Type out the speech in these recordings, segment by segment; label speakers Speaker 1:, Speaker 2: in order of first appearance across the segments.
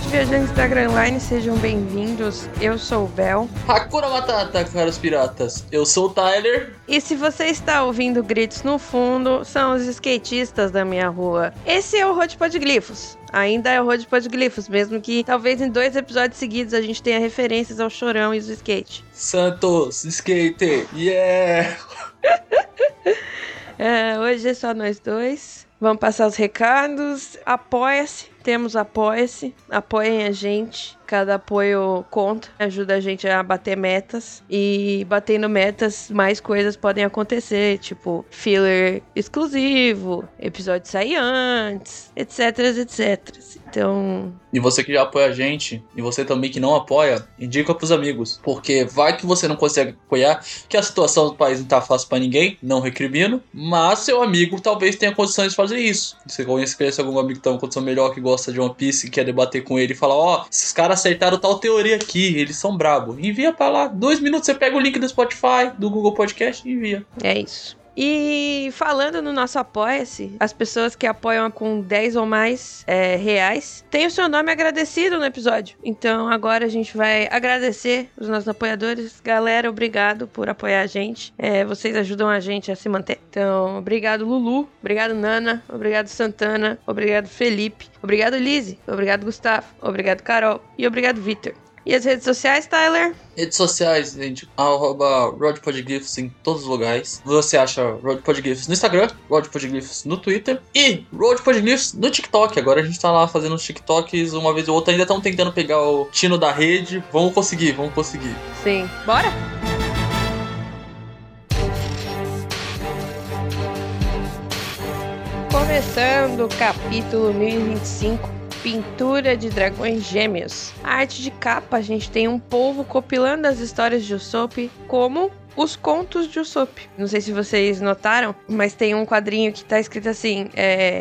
Speaker 1: viajantes da Grand Line, sejam bem-vindos. Eu sou o Bel.
Speaker 2: Hakuna Matata, caros piratas. Eu sou o Tyler.
Speaker 1: E se você está ouvindo gritos no fundo, são os skatistas da minha rua. Esse é o Road Podglifos. Ainda é o Road Podglifos, mesmo que talvez em 2 episódios seguidos a gente tenha referências ao Chorão e do skate.
Speaker 2: Santos, skate, yeah!
Speaker 1: Hoje é só nós dois. Vamos passar os recados. Apoia-se. Temos Apoia-se. Apoiem a gente. Cada apoio conta. Ajuda a gente a bater metas. E batendo metas, mais coisas podem acontecer. Tipo, filler exclusivo. Episódio sair antes. Etc, etc. Então...
Speaker 2: E você que já apoia a gente, e você também que não apoia, indica pros amigos. Porque vai que você não consegue apoiar, que a situação do país não tá fácil pra ninguém, não recrimino. Mas seu amigo talvez tenha condições de fazer isso. Se você conhece algum amigo que tá em uma condição melhor, que gosta de One Piece, que quer debater com ele e falar, ó, esses caras acertaram tal teoria aqui, eles são brabos. Envia pra lá, 2 minutos você pega o link do Spotify, do Google Podcast e envia.
Speaker 1: É isso. E falando no nosso Apoia-se, as pessoas que apoiam com 10 ou mais reais, tem o seu nome agradecido no episódio. Então agora a gente vai agradecer os nossos apoiadores. Galera, obrigado por apoiar a gente. Vocês ajudam a gente a se manter. Então, obrigado Lulu, obrigado Nana, obrigado Santana, obrigado Felipe, obrigado Lizzy, obrigado Gustavo, obrigado Carol e obrigado Vitor. E as redes sociais, Tyler?
Speaker 2: Redes sociais, gente, @RodPodGlyphs em todos os lugares. Você acha RodPodGlyphs no Instagram, RodPodGlyphs no Twitter e RodPodGlyphs no TikTok. Agora a gente tá lá fazendo os TikToks uma vez ou outra. Ainda estamos tentando pegar o tino da rede. Vamos conseguir.
Speaker 1: Sim. Bora? Começando o capítulo 1025. Pintura de dragões gêmeos. A arte de capa, a gente tem um povo compilando as histórias de Usopp como os contos de Usopp. Não sei se vocês notaram, mas tem um quadrinho que tá escrito assim,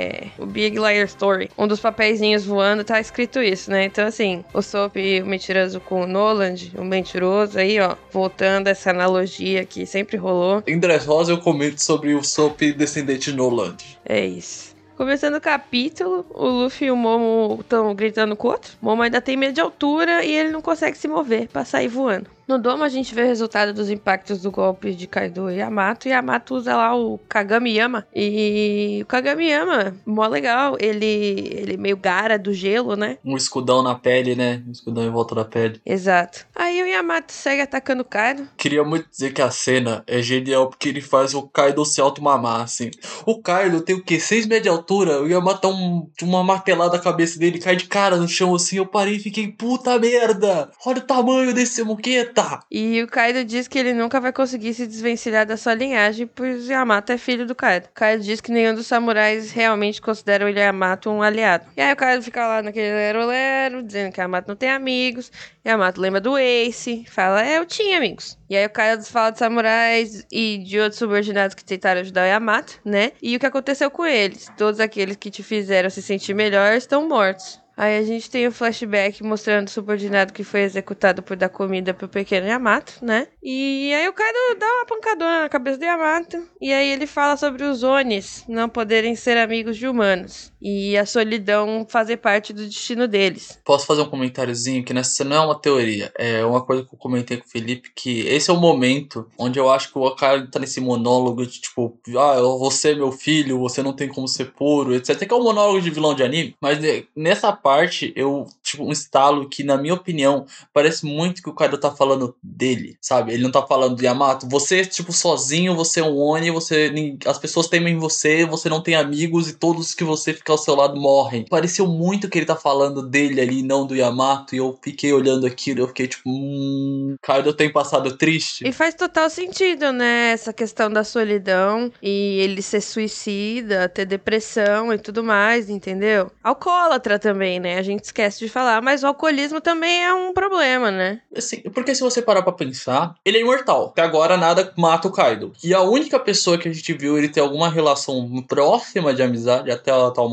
Speaker 1: o Big Liar Story. Um dos papeizinhos voando tá escrito isso, né? Então assim, Usopp, o mentiroso com o Noland, o mentiroso aí, ó, voltando a essa analogia que sempre rolou.
Speaker 2: Em Dressrosa eu comento sobre o Usopp descendente de Noland.
Speaker 1: É isso. Começando o capítulo, o Luffy e o Momo estão gritando com o outro. O Momo ainda tem medo de altura e ele não consegue se mover pra sair voando. No domo a gente vê o resultado dos impactos do golpe de Kaido e Yamato. E Yamato usa lá o Kagami-yama. E o Kagami-yama, mó legal. Ele meio Gaara do gelo, né?
Speaker 2: Um escudão na pele, né? Um escudão em volta da pele.
Speaker 1: Exato. Aí o Yamato segue atacando o Kaido.
Speaker 2: Queria muito dizer que a cena é genial porque ele faz o Kaido se auto-mamar, assim. O Kaido tem o quê? 6 metros de altura. O Yamato dá uma martelada na cabeça dele, cai de cara no chão, assim. Eu parei e fiquei, puta merda! Olha o tamanho desse moqueta!
Speaker 1: E o Kaido diz que ele nunca vai conseguir se desvencilhar da sua linhagem, pois Yamato é filho do Kaido. Kaido diz que nenhum dos samurais realmente considera o Yamato um aliado. E aí o Kaido fica lá naquele lero-lero, dizendo que Yamato não tem amigos. Yamato lembra do Ace, fala, eu tinha amigos. E aí o Kaido fala de samurais e de outros subordinados que tentaram ajudar o Yamato, né? E o que aconteceu com eles? Todos aqueles que te fizeram se sentir melhor estão mortos. Aí a gente tem o flashback mostrando o subordinado que foi executado por dar comida pro pequeno Yamato, né? E aí o Kaido dá uma pancadona na cabeça do Yamato. E aí ele fala sobre os Onis não poderem ser amigos de humanos. E a solidão fazer parte do destino deles.
Speaker 2: Posso fazer um comentáriozinho? Que nessa não é uma teoria. É uma coisa que eu comentei com o Felipe. Que esse é o momento onde eu acho que o cara tá nesse monólogo de tipo... você é meu filho, você não tem como ser puro, etc. Que é um monólogo de vilão de anime. Mas nessa parte, um estalo que, na minha opinião, parece muito que o Kaido tá falando dele, sabe? Ele não tá falando do Yamato. Você, sozinho, você é um Oni, as pessoas temem você, você não tem amigos e todos que você fica ao seu lado morrem. Pareceu muito que ele tá falando dele ali, não do Yamato, e eu fiquei olhando aquilo, eu fiquei tipo, Kaido tem passado triste.
Speaker 1: E faz total sentido, né? Essa questão da solidão e ele ser suicida, ter depressão e tudo mais, entendeu? Alcoólatra também, né? A gente esquece de falar, mas o alcoolismo também é um problema, né?
Speaker 2: Assim, porque se você parar pra pensar, ele é imortal. Até agora nada mata o Kaido. E a única pessoa que a gente viu ele ter alguma relação próxima de amizade até o atual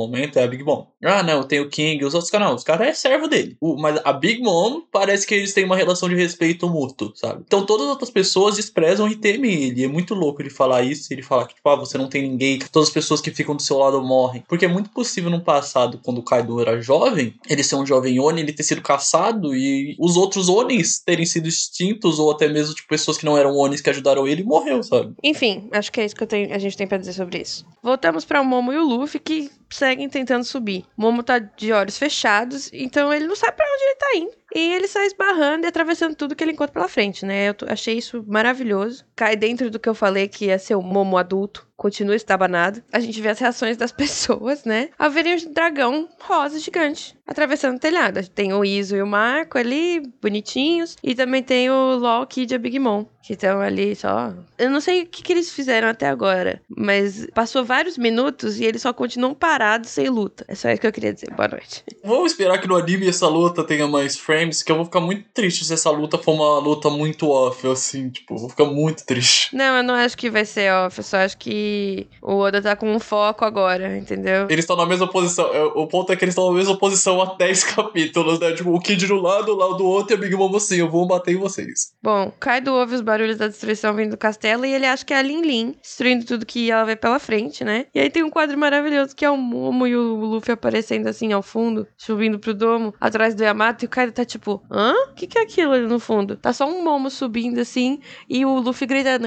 Speaker 2: momento é a Big Mom. Ah, não, tem o King, os outros caras não. Os caras é servo dele. Mas a Big Mom parece que eles têm uma relação de respeito mútuo, sabe? Então todas as outras pessoas desprezam e temem ele. É muito louco ele falar isso. Ele falar que, tipo, você não tem ninguém. Todas as pessoas que ficam do seu lado morrem. Porque é muito possível no passado, quando o Kaido era jovem, ele ser um jovem Oni, ele ter sido caçado e os outros Onis terem sido extintos ou até mesmo, tipo, pessoas que não eram Onis que ajudaram ele e morreu, sabe?
Speaker 1: Enfim, acho que é isso que a gente tem pra dizer sobre isso. Voltamos pra Momo e o Luffy, que seguem tentando subir. Momo tá de olhos fechados, então ele não sabe pra onde ele tá indo. E ele sai esbarrando e atravessando tudo que ele encontra pela frente, né? Achei isso maravilhoso. Cai dentro do que eu falei que ia ser o Momo adulto. Continua estabanado. A gente vê as reações das pessoas, né? Ao verem o dragão rosa gigante atravessando o telhado. Tem o Iso e o Marco ali, bonitinhos. E também tem o Law, Kid e a Big Mom, que estão ali só... Eu não sei o que eles fizeram até agora, mas passou vários minutos e eles só continuam parados sem luta. É só isso que eu queria dizer. Boa noite.
Speaker 2: Vamos esperar que no anime essa luta tenha mais frames, que eu vou ficar muito triste se essa luta for uma luta muito off, assim, tipo, eu vou ficar muito triste.
Speaker 1: Não, eu não acho que vai ser off, eu só acho que o Oda tá com um foco agora, entendeu?
Speaker 2: Eles estão na mesma posição, o ponto é que eles estão na mesma posição há 10 capítulos, né? Tipo, o Kid de um lado, o Lau do outro e a Big Mom assim, eu vou bater em vocês.
Speaker 1: Bom, Kaido ouve os barulhos da destruição vindo do castelo e ele acha que é a Lin Lin destruindo tudo que ela vê pela frente, né? E aí tem um quadro maravilhoso que é o Momo e o Luffy aparecendo assim ao fundo, subindo pro domo, atrás do Yamato, e o Kaido tá tipo, hã? O que é aquilo ali no fundo? Tá só um Momo subindo assim e o Luffy gritando,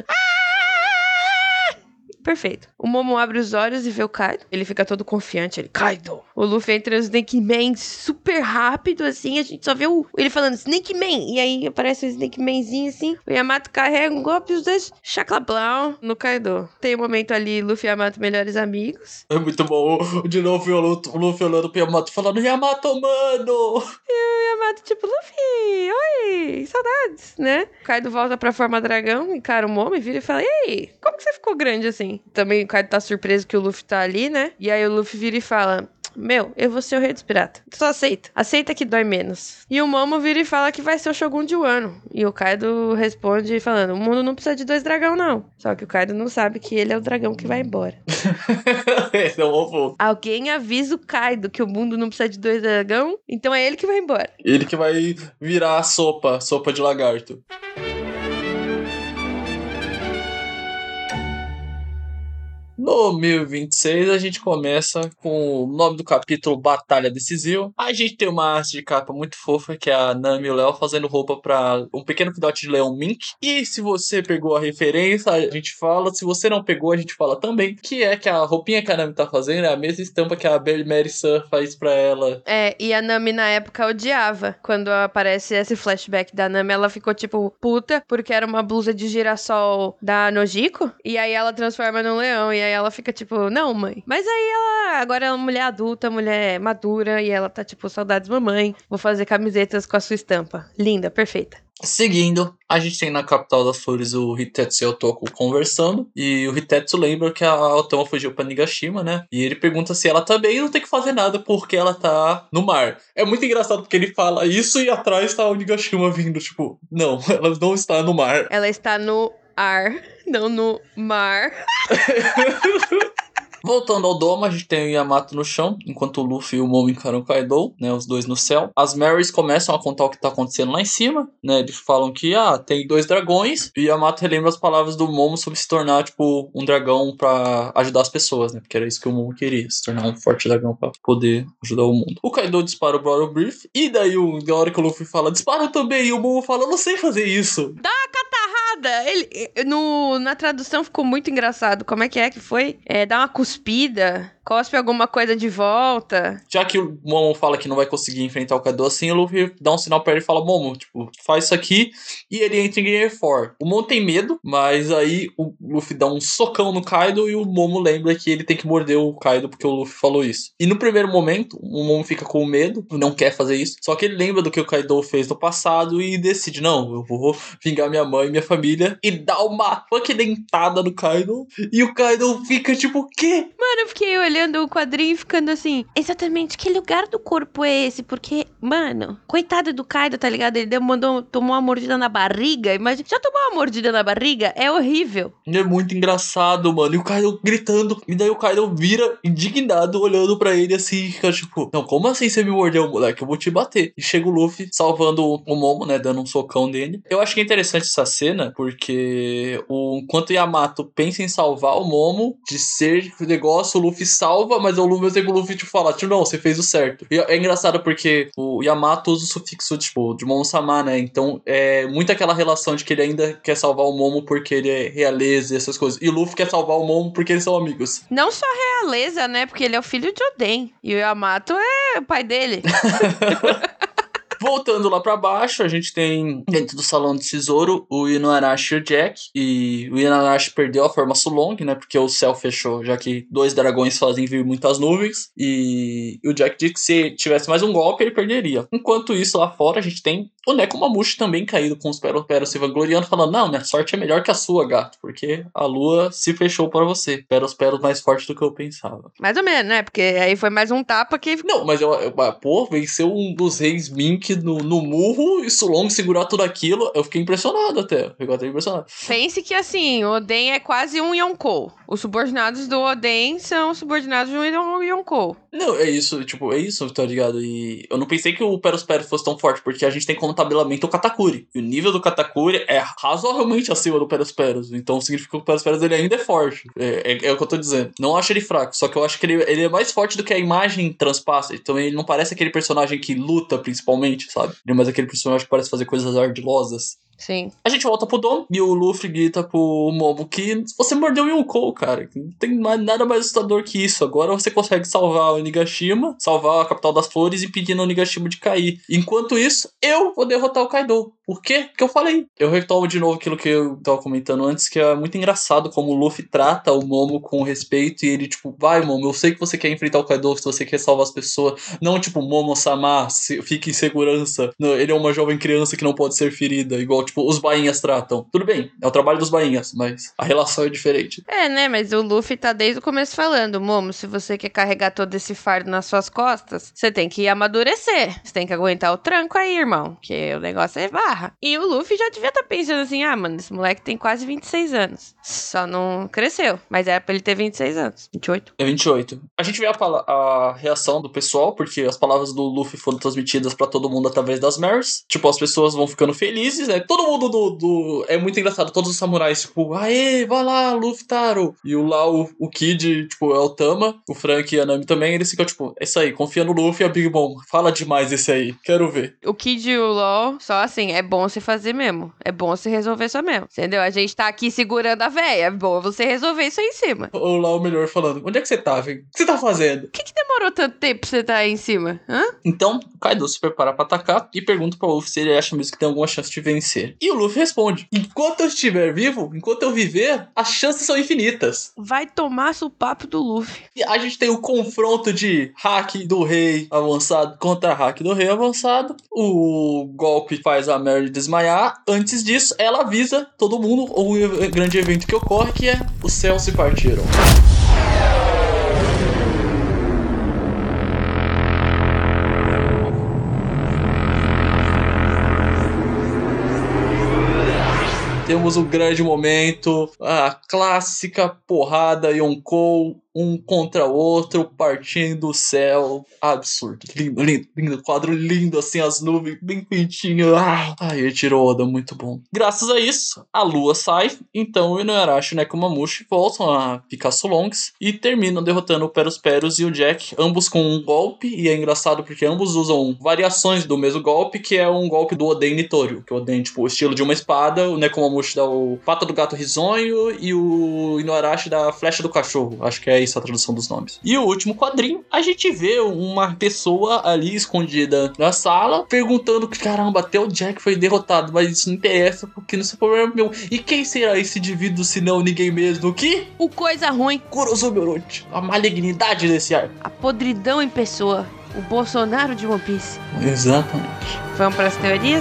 Speaker 1: perfeito. O Momo abre os olhos e vê o Kaido. Ele fica todo confiante. Ele, Kaido. O Luffy entra no Snake Man super rápido, assim. A gente só vê ele falando Snake Man. E aí aparece o Snake Manzinho, assim. O Yamato carrega um golpe, os dois chaclablau no Kaido. Tem um momento ali, Luffy e Yamato melhores amigos.
Speaker 2: É muito bom. De novo o Luffy olhando pro Yamato falando, Yamato, mano!
Speaker 1: E o Yamato tipo, Luffy, oi, saudades, né? O Kaido volta pra forma dragão, encara o Momo e vira e fala, e aí, como que você ficou grande assim? Também o Kaido tá surpreso que o Luffy tá ali, né? E aí o Luffy vira e fala, meu, eu vou ser o rei dos piratas. Só aceita. Aceita que dói menos. E o Momo vira e fala que vai ser o Shogun de Wano. E o Kaido responde falando, o mundo não precisa de 2 dragão, não. Só que o Kaido não sabe que ele é o dragão que vai embora.
Speaker 2: Esse é o ovo.
Speaker 1: Alguém avisa o Kaido que o mundo não precisa de 2 dragão, então é ele que vai embora.
Speaker 2: Ele que vai virar a sopa de lagarto. No 1026, a gente começa com o nome do capítulo Batalha Decisiva. A gente tem uma arte de capa muito fofa, que é a Nami e o Léo fazendo roupa para um pequeno filhote de leão mink. E se você pegou a referência, a gente fala. Se você não pegou, a gente fala também. Que é que a roupinha que a Nami tá fazendo é a mesma estampa que a Mary Sun faz pra ela.
Speaker 1: É, e a Nami na época odiava. Quando aparece esse flashback da Nami, ela ficou tipo puta, porque era uma blusa de girassol da Nojiko. E aí ela transforma num leão. E aí ela fica tipo, não, mãe. Mas aí agora ela é uma mulher adulta, mulher madura, e ela tá tipo, saudades mamãe, vou fazer camisetas com a sua estampa. Linda, perfeita.
Speaker 2: Seguindo, a gente tem na capital das flores o Hitetsu e o Otoko conversando. E o Hitetsu lembra que a Otama fugiu pra Nigashima, né? E ele pergunta se ela também não tem que fazer nada porque ela tá no mar. É muito engraçado porque ele fala isso e atrás tá o Nigashima vindo. Tipo, não, ela não está no mar.
Speaker 1: Ela está no ar, não no mar.
Speaker 2: Voltando ao domo, a gente tem o Yamato no chão, enquanto o Luffy e o Momo encaram o Kaido, né, os dois no céu. As Marys começam a contar o que tá acontecendo lá em cima, né, eles falam que, tem 2 dragões, e o Yamato relembra as palavras do Momo sobre se tornar, tipo, um dragão pra ajudar as pessoas, né, porque era isso que o Momo queria, se tornar um forte dragão pra poder ajudar o mundo. O Kaido dispara o Bottle Brief, e daí, na hora que o Luffy fala, dispara também, e o Momo fala, eu não sei fazer isso.
Speaker 1: Dá uma catarrada! Na tradução ficou muito engraçado. Como é que foi? Dá uma cuspida, cospe alguma coisa de volta.
Speaker 2: Já que o Momo fala que não vai conseguir enfrentar o Kaido assim, o Luffy dá um sinal pra ele e fala, Momo, tipo, faz isso aqui, e ele entra em Gear 4. O Momo tem medo, mas aí o Luffy dá um socão no Kaido e o Momo lembra que ele tem que morder o Kaido porque o Luffy falou isso. E no primeiro momento, o Momo fica com medo, não quer fazer isso, só que ele lembra do que o Kaido fez no passado e decide, não, eu vou vingar minha mãe e minha família, e dá uma fucking dentada no Kaido, e o Kaido fica tipo, o quê?
Speaker 1: Mano, eu fiquei olhando olhando o quadrinho e ficando assim, exatamente que lugar do corpo é esse? Porque, mano, coitado do Kaido, tá ligado? Ele tomou uma mordida na barriga. Imagina, já tomou uma mordida na barriga? É horrível.
Speaker 2: É muito engraçado, mano. E o Kaido gritando. E daí o Kaido vira indignado, olhando pra ele assim. Fica tipo, não, como assim você me mordeu, moleque? Eu vou te bater. E chega o Luffy salvando o Momo, né? Dando um socão nele. Eu acho que é interessante essa cena, porque enquanto o Yamato pensa em salvar o Momo, de ser negócio, o Luffy salva, mas o Luffy te fala, tipo, não, você fez o certo. E é engraçado porque o Yamato usa o sufixo, tipo, de Momo-sama, né? Então é muito aquela relação de que ele ainda quer salvar o Momo porque ele é realeza e essas coisas. E o Luffy quer salvar o Momo porque eles são amigos.
Speaker 1: Não só realeza, né? Porque ele é o filho de Oden. E o Yamato é o pai dele.
Speaker 2: Voltando lá pra baixo, a gente tem dentro do salão do tesouro o Inuarashi e o Jack. E o Inuarashi perdeu a forma Sulong, né? Porque o céu fechou, já que 2 dragões fazem vir muitas nuvens. E o Jack disse que se tivesse mais um golpe, ele perderia. Enquanto isso, lá fora, a gente tem o Nekomamushi também caído com os Peros se vangloriando, falando, não, minha sorte é melhor que a sua, gato. Porque a lua se fechou para você. Peros mais forte do que eu pensava.
Speaker 1: Mais ou menos, né? Porque aí foi mais um tapa que...
Speaker 2: Não, mas pô, venceu um dos reis Mink no murro e Sulong segurar tudo aquilo. Eu fiquei impressionado até. Eu até impressionado.
Speaker 1: Pense que assim, o Oden é quase um Yonkou. Os subordinados do Oden são subordinados de um Yonkou.
Speaker 2: Não, é isso, tipo, é isso, tá ligado? E eu não pensei que o Peros fosse tão forte, porque a gente tem como tabelamento o Katakuri. E o nível do Katakuri é razoavelmente acima do Peros. Então significa que o Peros ele ainda é forte. É o que eu tô dizendo. Não acho ele fraco, só que eu acho que ele é mais forte do que a imagem transpassa. Então ele não parece aquele personagem que luta, principalmente, sabe? Ele é mais aquele personagem que parece fazer coisas ardilosas.
Speaker 1: Sim.
Speaker 2: A gente volta pro Dom e o Luffy grita pro Momo que você mordeu o Yonkou, cara. Não tem nada mais assustador que isso. Agora você consegue salvar o Onigashima, salvar a capital das flores e pedir no Onigashima de cair. Enquanto isso, eu vou derrotar o Kaido. Por quê? Porque eu falei. Eu retomo de novo aquilo que eu tava comentando antes, que é muito engraçado como o Luffy trata o Momo com respeito e ele, tipo, vai, Momo, eu sei que você quer enfrentar o Kaido, se você quer salvar as pessoas. Não, tipo, Momo-sama, fique em segurança. Não, ele é uma jovem criança que não pode ser ferida, igual, tipo, os bainhas tratam. Tudo bem, é o trabalho dos bainhas, mas a relação é diferente.
Speaker 1: É, né? Mas o Luffy tá desde o começo falando, Momo, se você quer carregar todo esse fardo nas suas costas, você tem que amadurecer. Você tem que aguentar o tranco aí, irmão. Porque o negócio é barra. E o Luffy já devia estar pensando assim, mano, esse moleque tem quase 26 anos. Só não cresceu. Mas era pra ele ter 26 anos. 28.
Speaker 2: É 28. A gente vê a reação do pessoal, porque as palavras do Luffy foram transmitidas pra todo mundo através das Marys. Tipo, as pessoas vão ficando felizes, né? Todo mundo é muito engraçado. Todos os samurais, tipo, aê, vai lá, Luffy Taro. E o Kid, tipo, é o Tama. O Frank e a Nami também. Eles ficam, tipo, é isso aí, confia no Luffy e a Big Mom. Fala demais esse aí, quero ver.
Speaker 1: O Kid e o LOL, só assim, é bom você fazer mesmo. É bom você resolver só mesmo. Entendeu? A gente tá aqui segurando a véia. É bom você resolver isso aí em cima.
Speaker 2: Ou lá o melhor falando, onde é que você tá, velho? O que você tá fazendo?
Speaker 1: O que demorou tanto tempo pra você tá aí em cima? Hã?
Speaker 2: Então, o Kaido se prepara pra atacar e pergunta pra Luffy se ele acha mesmo que tem alguma chance de vencer. E o Luffy responde, enquanto eu estiver vivo, enquanto eu viver, as chances são infinitas.
Speaker 1: Vai tomar o papo do Luffy.
Speaker 2: E a gente tem o confronto de hack do rei avançado contra hack do rei avançado. O golpe faz a Mary desmaiar. Antes disso, ela avisa todo mundo o grande evento que ocorre, que é os céus se partiram. Temos um grande momento, a clássica porrada Yonkou, um contra o outro, partindo do céu. Absurdo. Lindo, lindo, lindo. Quadro lindo, assim, as nuvens bem pintinhas. Ai, tirou Oda, muito bom. Graças a isso, a lua sai. Então o Inuarashi e o Nekomamushi voltam a ficar Sulongs e terminam derrotando o Peros e o Jack, ambos com um golpe. E é engraçado porque ambos usam variações do mesmo golpe, que é um golpe do Oden Nitório. Que o Oden, tipo, o estilo de uma espada, o Nekomamushi dá o pata do gato risonho e o Inuarashi dá a flecha do cachorro. Acho que é isso a tradução dos nomes. E o último quadrinho, a gente vê uma pessoa ali escondida na sala, perguntando que, caramba, até o Jack foi derrotado, mas isso não interessa, porque não se problema meu. E quem será esse indivíduo, se não ninguém mesmo? Que?
Speaker 1: O coisa ruim.
Speaker 2: Kurozume Orochi. A malignidade desse ar.
Speaker 1: A podridão em pessoa. O Bolsonaro de One Piece.
Speaker 2: Exatamente.
Speaker 1: Vamos para as teorias?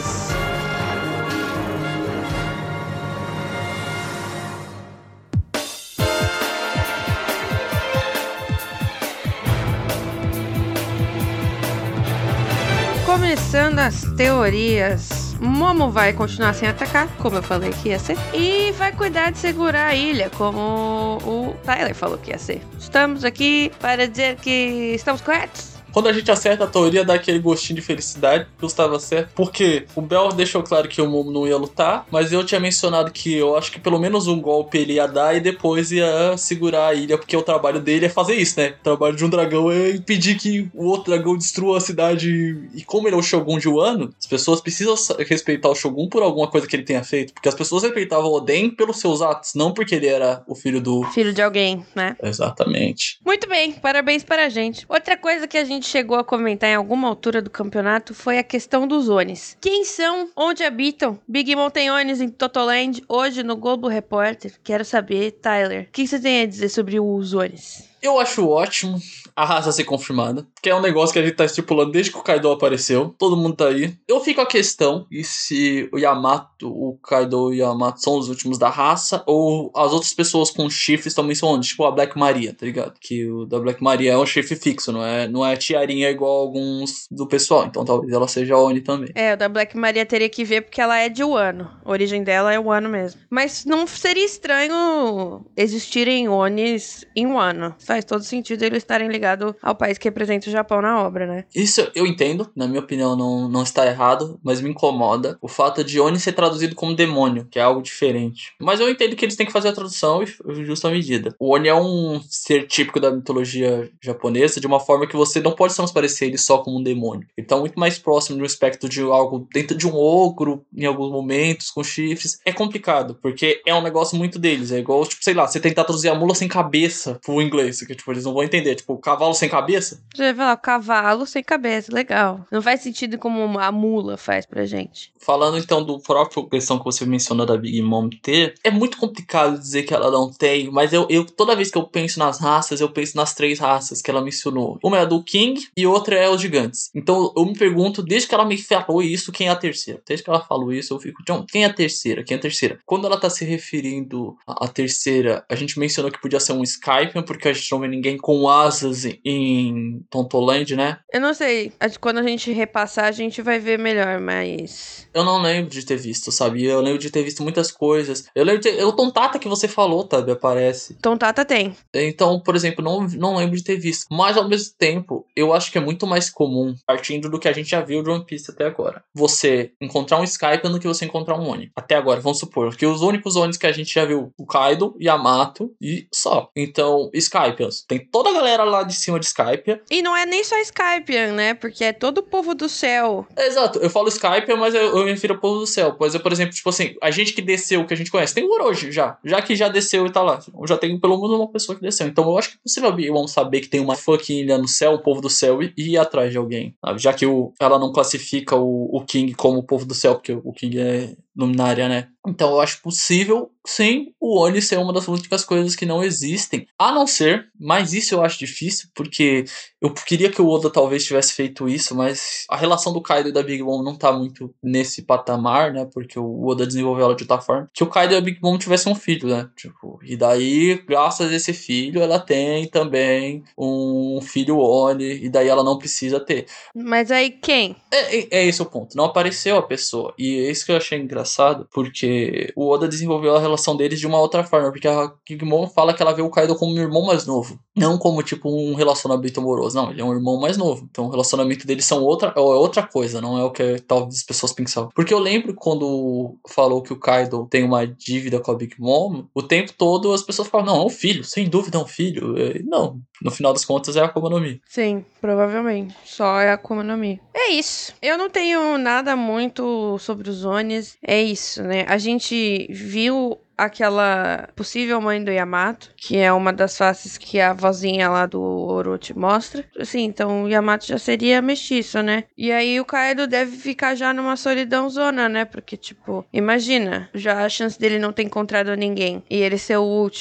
Speaker 1: Começando as teorias, Momo vai continuar sem atacar, como eu falei que ia ser, e vai cuidar de segurar a ilha, como o Tyler falou que ia ser. Estamos aqui para dizer que estamos corretos.
Speaker 2: Quando a gente acerta a teoria, dá aquele gostinho de felicidade, que eu estava certo. Porque o Bel deixou claro que o Momo não ia lutar, mas eu tinha mencionado que eu acho que pelo menos um golpe ele ia dar e depois ia segurar a ilha, porque o trabalho dele é fazer isso, né? O trabalho de um dragão é impedir que o outro dragão destrua a cidade. E como ele é o Shogun de Wano, as pessoas precisam respeitar o Shogun por alguma coisa que ele tenha feito. Porque as pessoas respeitavam o Oden pelos seus atos, não porque ele era o filho do...
Speaker 1: Filho de alguém, né?
Speaker 2: Exatamente.
Speaker 1: Muito bem, parabéns para a gente. Outra coisa que a gente chegou a comentar em alguma altura do campeonato foi a questão dos Onis. Quem são? Onde habitam? Big Mom tem Onis em Totoland, hoje no Globo Repórter. Quero saber, Tyler, o que você tem a dizer sobre os Onis?
Speaker 2: Eu acho ótimo a raça ser confirmada, que é um negócio que a gente tá estipulando desde que o Kaido apareceu. Todo mundo tá aí. Eu fico a questão, e se o Yamato, o Kaido e o Yamato são os últimos da raça, ou as outras pessoas com chifres também são onde? Tipo a Black Maria, tá ligado? Que o da Black Maria é um chifre fixo, não é tiarinha igual alguns do pessoal. Então talvez ela seja Oni também.
Speaker 1: É, o da Black Maria teria que ver porque ela é de Wano. A origem dela é Wano mesmo. Mas não seria estranho existirem Onis em Wano. Faz todo sentido eles estarem ligados ao país que representa o Japão na obra, né?
Speaker 2: Isso eu entendo, na minha opinião não está errado, mas me incomoda o fato de Oni ser traduzido como demônio, que é algo diferente. Mas eu entendo que eles têm que fazer a tradução em justa medida. O Oni é um ser típico da mitologia japonesa, de uma forma que você não pode transparecer ele só como um demônio. Ele tá muito mais próximo de um aspecto de algo dentro de um ogro, em alguns momentos, com chifres. É complicado, porque é um negócio muito deles. É igual, tipo, sei lá, você tentar traduzir a mula sem cabeça pro inglês, que tipo, eles não vão entender. Tipo, cavalo sem cabeça?
Speaker 1: Você vai falar, cavalo sem cabeça, legal. Não faz sentido como a mula faz pra gente.
Speaker 2: Falando então do próprio questão que você mencionou da Big Mom ter, é muito complicado dizer que ela não tem, mas eu toda vez que eu penso nas raças, eu penso nas 3 raças que ela mencionou. Uma é a do King e outra é os gigantes. Então eu me pergunto, desde que ela me falou isso, quem é a terceira? Desde que ela falou isso, eu fico, John, quem é a terceira? Quem é a terceira? Quando ela tá se referindo à terceira, a gente mencionou que podia ser um Skypian, porque a gente não vê ninguém com asas em Tontoland, né?
Speaker 1: Eu não sei, quando a gente repassar a gente vai ver melhor, mas...
Speaker 2: Eu não lembro de ter visto, sabe? Eu lembro de ter visto muitas coisas. Eu lembro de ter... O Tontata que você falou, sabe? Aparece.
Speaker 1: Tontata tem.
Speaker 2: Então, por exemplo, não lembro de ter visto. Mas, ao mesmo tempo, eu acho que é muito mais comum, partindo do que a gente já viu de One Piece até agora, você encontrar um Skypiea do que você encontrar um Oni. Até agora, vamos supor que os únicos Onis que a gente já viu, o Kaido, Yamato e só. Então, Skypians. Tem toda a galera lá de cima de Skypiea.
Speaker 1: E não é nem só Skypian, né? Porque é todo o povo do céu.
Speaker 2: Exato. Eu falo Skypiea, mas eu me refiro ao povo do céu. Pois é, por exemplo, tipo assim, a gente que desceu, que a gente conhece, tem o Orochi já. Já que já desceu e tá lá. Já tem pelo menos uma pessoa que desceu. Então eu acho que é possível vamos saber que tem uma fucking ilha no céu, o povo do céu, e ir atrás de alguém. Sabe? Já que ela não classifica o King como o povo do céu, porque o King é luminária, né? Então eu acho possível, sim, o Oni ser uma das únicas coisas que não existem. A não ser, mas isso eu acho difícil, porque eu queria que o Oda talvez tivesse feito isso, mas a relação do Kaido e da Big Mom não tá muito nesse patamar, né? Porque o Oda desenvolveu ela de outra forma. Que o Kaido e a Big Mom tivessem um filho, né? Tipo, e daí, graças a esse filho, ela tem também um filho Oni, e daí ela não precisa ter.
Speaker 1: Mas aí quem?
Speaker 2: É esse o ponto. Não apareceu a pessoa. E é isso que eu achei engraçado, porque o Oda desenvolveu a relação deles de uma outra forma. Porque a Kigmon fala que ela vê o Kaido como um irmão mais novo. Não como, tipo, um relacionamento amoroso. Não, ele é um irmão mais novo. Então o relacionamento deles é outra coisa. Não é o que talvez as pessoas pensavam. Porque eu lembro quando falou que o Kaido tem uma dívida com a Big Mom, o tempo todo as pessoas falavam, não, é um filho. Sem dúvida é um filho. Não, no final das contas é a Akuma no Mi.
Speaker 1: Sim, provavelmente. Só é a Akuma no Mi. É isso. Eu não tenho nada muito sobre os Onis. É isso, né? A gente viu aquela possível mãe do Yamato, que é uma das faces que a vozinha lá do Orochi mostra. Assim, então o Yamato já seria mestiço, né? E aí o Kaido deve ficar já numa solidão zona, né? Porque, tipo, imagina, já a chance dele não ter encontrado ninguém e ele ser o último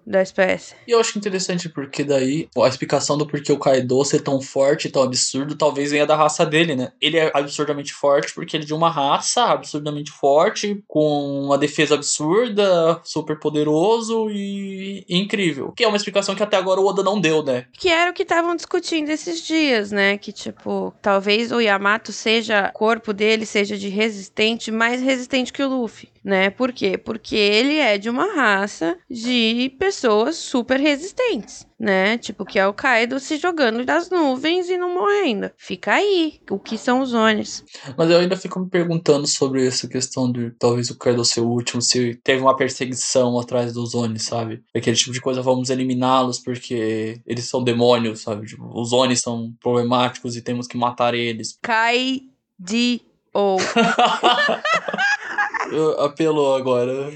Speaker 1: da espécie.
Speaker 2: E eu acho interessante porque daí a explicação do porquê o Kaido ser tão forte, tão absurdo, talvez venha da raça dele, né? Ele é absurdamente forte porque ele é de uma raça absurdamente forte, com uma defesa absurda, super poderoso e incrível. Que é uma explicação que até agora o Oda não deu, né?
Speaker 1: Que era o que estavam discutindo esses dias, né? Que, tipo, talvez o Yamato seja, o corpo dele seja de resistente, mais resistente que o Luffy, né? Por quê? Porque ele é de uma raça de pessoas super resistentes, né? Tipo, que é o Kaido se jogando das nuvens e não morrendo. Fica aí, o que são os Onis.
Speaker 2: Mas eu ainda fico me perguntando sobre essa questão de talvez o Kaido ser o último, se teve uma perseguição atrás dos Oni, sabe? Aquele tipo de coisa, vamos eliminá-los porque eles são demônios, sabe? Tipo, os Oni são problemáticos e temos que matar eles.
Speaker 1: Kai-D-O.
Speaker 2: Apelou agora.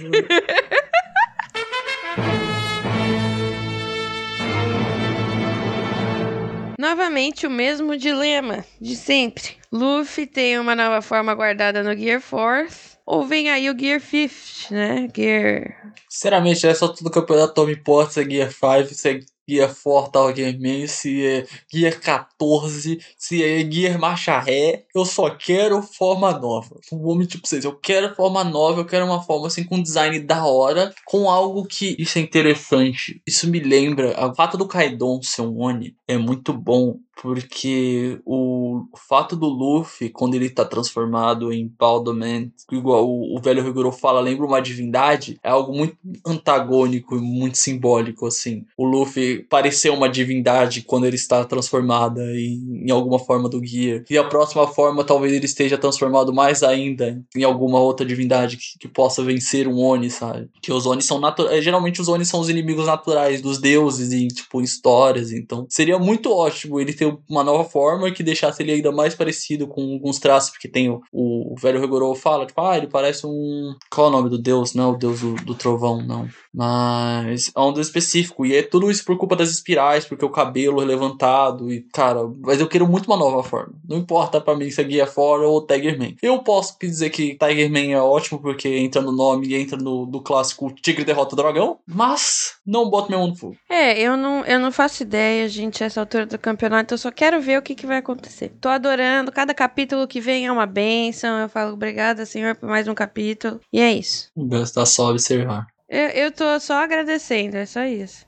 Speaker 1: Novamente o mesmo dilema de sempre. Luffy tem uma nova forma guardada no Gear 4, ou vem aí o Gear 5, né?
Speaker 2: Sinceramente, é só tudo campeonato Tommy Potts, é Gear 5, se é Gear 4, Tower Man, se é Gear 14, se é Gear Marcha Ré, eu só quero forma nova. Vou mentir pra vocês, eu quero forma nova, eu quero uma forma assim com design da hora, com algo que isso é interessante. Isso me lembra, o fato do Kaido ser um Oni é muito bom, porque o fato do Luffy, quando ele tá transformado em Baldo-Man, igual o velho Rigoro fala, lembra uma divindade, é algo muito antagônico e muito simbólico, assim. O Luffy parecer uma divindade quando ele está transformada em alguma forma do Gear. E a próxima forma, talvez ele esteja transformado mais ainda em alguma outra divindade que possa vencer um Oni, sabe? Que os Oni são geralmente os Oni são os inimigos naturais dos deuses em, tipo, histórias, então seria muito ótimo ele ter uma nova forma que deixasse ele ainda mais parecido com alguns traços, porque tem o velho Rigoro fala, tipo, ele parece um... Qual é o nome do deus? Não é o deus do trovão, não. Mas é um deus específico, e é tudo isso por culpa das espirais, porque o cabelo é levantado, e, cara, mas eu quero muito uma nova forma. Não importa pra mim se é Gear 4 ou Tiger Man. Eu posso dizer que Tiger Man é ótimo, porque entra no nome e entra no clássico Tigre derrota o dragão, mas não boto meu mão no fogo.
Speaker 1: Eu não faço ideia, gente, essa altura do campeonato, eu só quero ver o que vai acontecer. Tô adorando, cada capítulo que vem é uma bênção, eu falo obrigada, senhor, por mais um capítulo, e é isso.
Speaker 2: Gastar só observar.
Speaker 1: Eu tô só agradecendo, é só isso.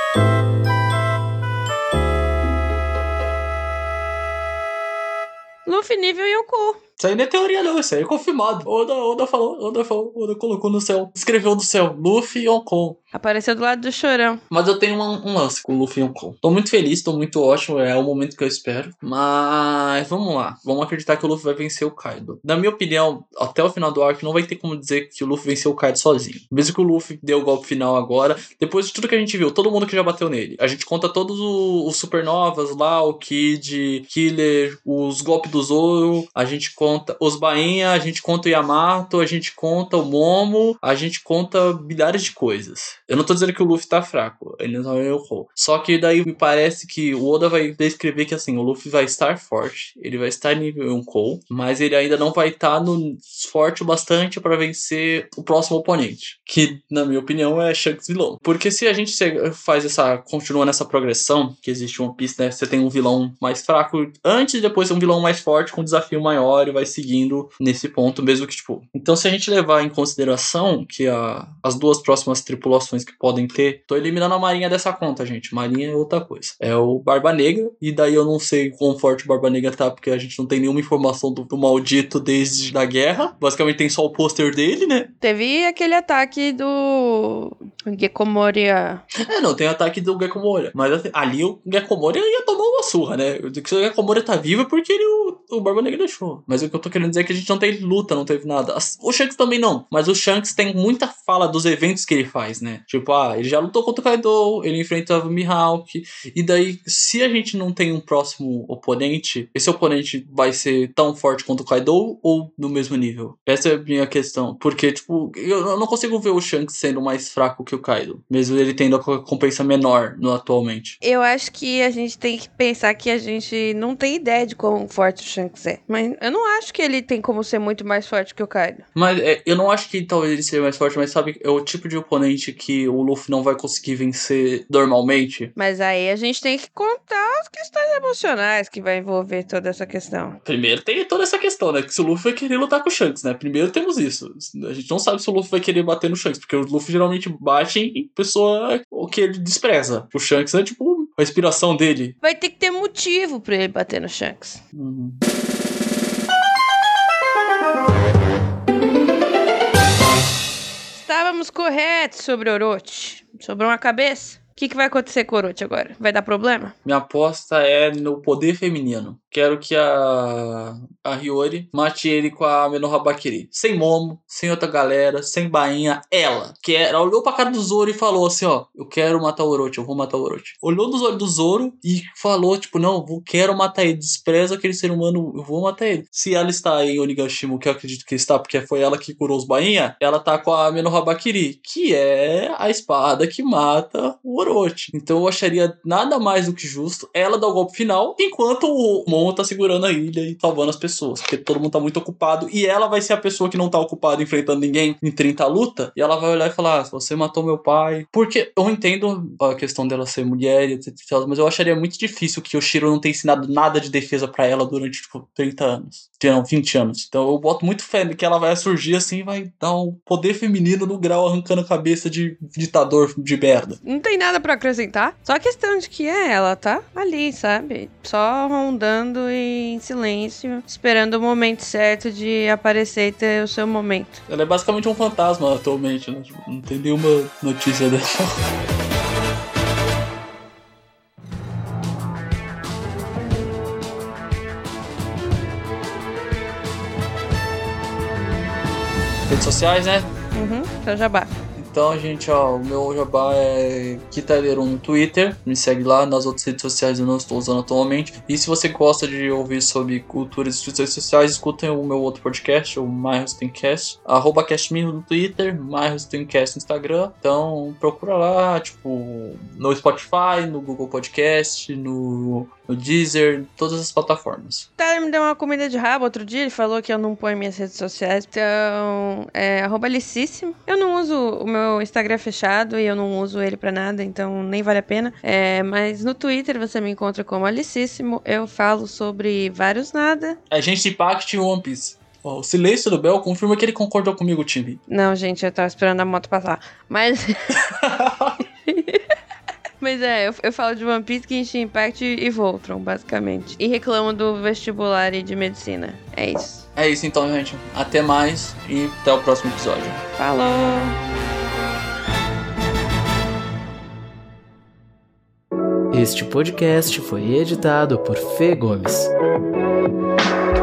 Speaker 1: Luffy nível Yonkou.
Speaker 2: Isso aí não é teoria não, isso aí é confirmado. Oda colocou no céu, escreveu no céu, Luffy e Yonkou.
Speaker 1: Apareceu do lado do Chorão.
Speaker 2: Mas eu tenho um lance com o Luffy e Yonkou. Tô muito feliz, tô muito ótimo, é o momento que eu espero. Mas vamos lá, vamos acreditar que o Luffy vai vencer o Kaido. Na minha opinião, até o final do arco não vai ter como dizer que o Luffy venceu o Kaido sozinho. Mesmo que o Luffy dê o golpe final agora, depois de tudo que a gente viu, todo mundo que já bateu nele. A gente conta todos os supernovas lá, o Kid, Killer, os golpes do Zoro, a gente conta os Bainha, a gente conta o Yamato, a gente conta o Momo, a gente conta milhares de coisas. Eu não tô dizendo que o Luffy tá fraco, ele não errou. Só que daí me parece que o Oda vai descrever que assim, o Luffy vai estar forte, ele vai estar nível Yonkou, mas ele ainda não vai estar no forte o bastante para vencer o próximo oponente, que na minha opinião é Shanks vilão. Porque se a gente continua nessa progressão, que existe One Piece, né, você tem um vilão mais fraco antes e depois um vilão mais forte com um desafio maior e vai seguindo nesse ponto, mesmo que tipo... Então se a gente levar em consideração que as duas próximas tripulações que podem ter, tô eliminando a Marinha dessa conta, gente. Marinha é outra coisa. É o Barba Negra, e daí eu não sei quão forte o Barba Negra tá, porque a gente não tem nenhuma informação do maldito desde a guerra. Basicamente tem só o pôster dele, né?
Speaker 1: Teve aquele ataque do Gekomoria.
Speaker 2: Não, tem o ataque do Gekomoria. Mas assim, ali o Gekomoria ia tomar uma surra, né? Se o Gekomoria tá vivo é porque o Barba Negra deixou. Mas o que eu tô querendo dizer é que a gente não teve luta, não teve nada. O Shanks também não. Mas o Shanks tem muita fala dos eventos que ele faz, né? Tipo, ele já lutou contra o Kaido, ele enfrentava o Mihawk. E daí, se a gente não tem um próximo oponente, esse oponente vai ser tão forte quanto o Kaido ou no mesmo nível? Essa é a minha questão. Porque, tipo, eu não consigo ver o Shanks sendo mais fraco que o Kaido. Mesmo ele tendo a recompensa menor atualmente.
Speaker 1: Eu acho que a gente tem que pensar que a gente não tem ideia de quão forte o Shanks é. Mas eu não acho que ele tem como ser muito mais forte que o Kaido.
Speaker 2: Mas eu não acho que talvez ele seja mais forte, mas sabe, é o tipo de oponente que o Luffy não vai conseguir vencer normalmente.
Speaker 1: Mas aí a gente tem que contar as questões emocionais que vai envolver toda essa questão.
Speaker 2: Primeiro tem toda essa questão, né? Que se o Luffy vai querer lutar com o Shanks, né? Primeiro temos isso. A gente não sabe se o Luffy vai querer bater no Shanks, porque o Luffy geralmente bate em pessoa que ele despreza. O Shanks é tipo a inspiração dele.
Speaker 1: Vai ter que ter motivo pra ele bater no Shanks. Estávamos corretos sobre Orochi. Sobrou uma cabeça. O que vai acontecer com o Orochi agora? Vai dar problema?
Speaker 2: Minha aposta é no poder feminino. Quero que a Hiyori mate ele com a Menohabakiri. Sem Momo, sem outra galera, sem bainha. Ela olhou pra cara do Zoro e falou assim, ó, eu quero matar o Orochi, eu vou matar o Orochi. Olhou nos olhos do Zoro e falou, tipo, não, quero matar ele. Desprezo aquele ser humano, eu vou matar ele. Se ela está em Onigashima, que eu acredito que está, porque foi ela que curou os bainha, ela tá com a Menohabakiri, que é a espada que mata o Orochi. Então eu acharia nada mais do que justo ela dar o golpe final, enquanto o Momo tá segurando a ilha e salvando as pessoas, porque todo mundo tá muito ocupado, e ela vai ser a pessoa que não tá ocupada enfrentando ninguém em 30 luta, e ela vai olhar e falar, você matou meu pai. Porque eu entendo a questão dela ser mulher, etc, mas eu acharia muito difícil que o Shiro não tenha ensinado nada de defesa pra ela durante, tipo, 30 anos. Não, 20 anos. Então eu boto muito fé que ela vai surgir assim e vai dar um poder feminino no grau, arrancando a cabeça de ditador de merda.
Speaker 1: Não tem nada pra acrescentar. Só a questão de que ela tá ali, sabe? Só rondando e em silêncio, esperando o momento certo de aparecer e ter o seu momento.
Speaker 2: Ela é basicamente um fantasma atualmente, né? Tipo, não tem nenhuma notícia dela. Redes sociais, né?
Speaker 1: Seu jabá.
Speaker 2: Então, gente, ó, o meu jabá é Kitaileron no Twitter. Me segue lá. Nas outras redes sociais eu não estou usando atualmente. E se você gosta de ouvir sobre cultura e instituições sociais, escutem o meu outro podcast, o MyHostingCast. @castminho no Twitter, MyHostingCast no Instagram. Então, procura lá, tipo, no Spotify, no Google Podcast, no Deezer, todas as plataformas.
Speaker 1: O Tyler me deu uma comida de rabo outro dia, ele falou que eu não ponho minhas redes sociais, então é @licíssimo. Eu não uso o meu Instagram fechado e eu não uso ele pra nada, então nem vale a pena. Mas no Twitter você me encontra como Alicíssimo, eu falo sobre vários nada.
Speaker 2: Gente Impact e One Piece. Ó, o silêncio do Bel confirma que ele concordou comigo, time.
Speaker 1: Não, gente, eu tava esperando a moto passar, mas... Mas eu falo de One Piece, Genshin Impact e Voltron, basicamente. E reclamo do vestibular e de medicina. É isso.
Speaker 2: É isso então, gente. Até mais e até o próximo episódio.
Speaker 1: Falou!
Speaker 3: Este podcast foi editado por Fê Gomes.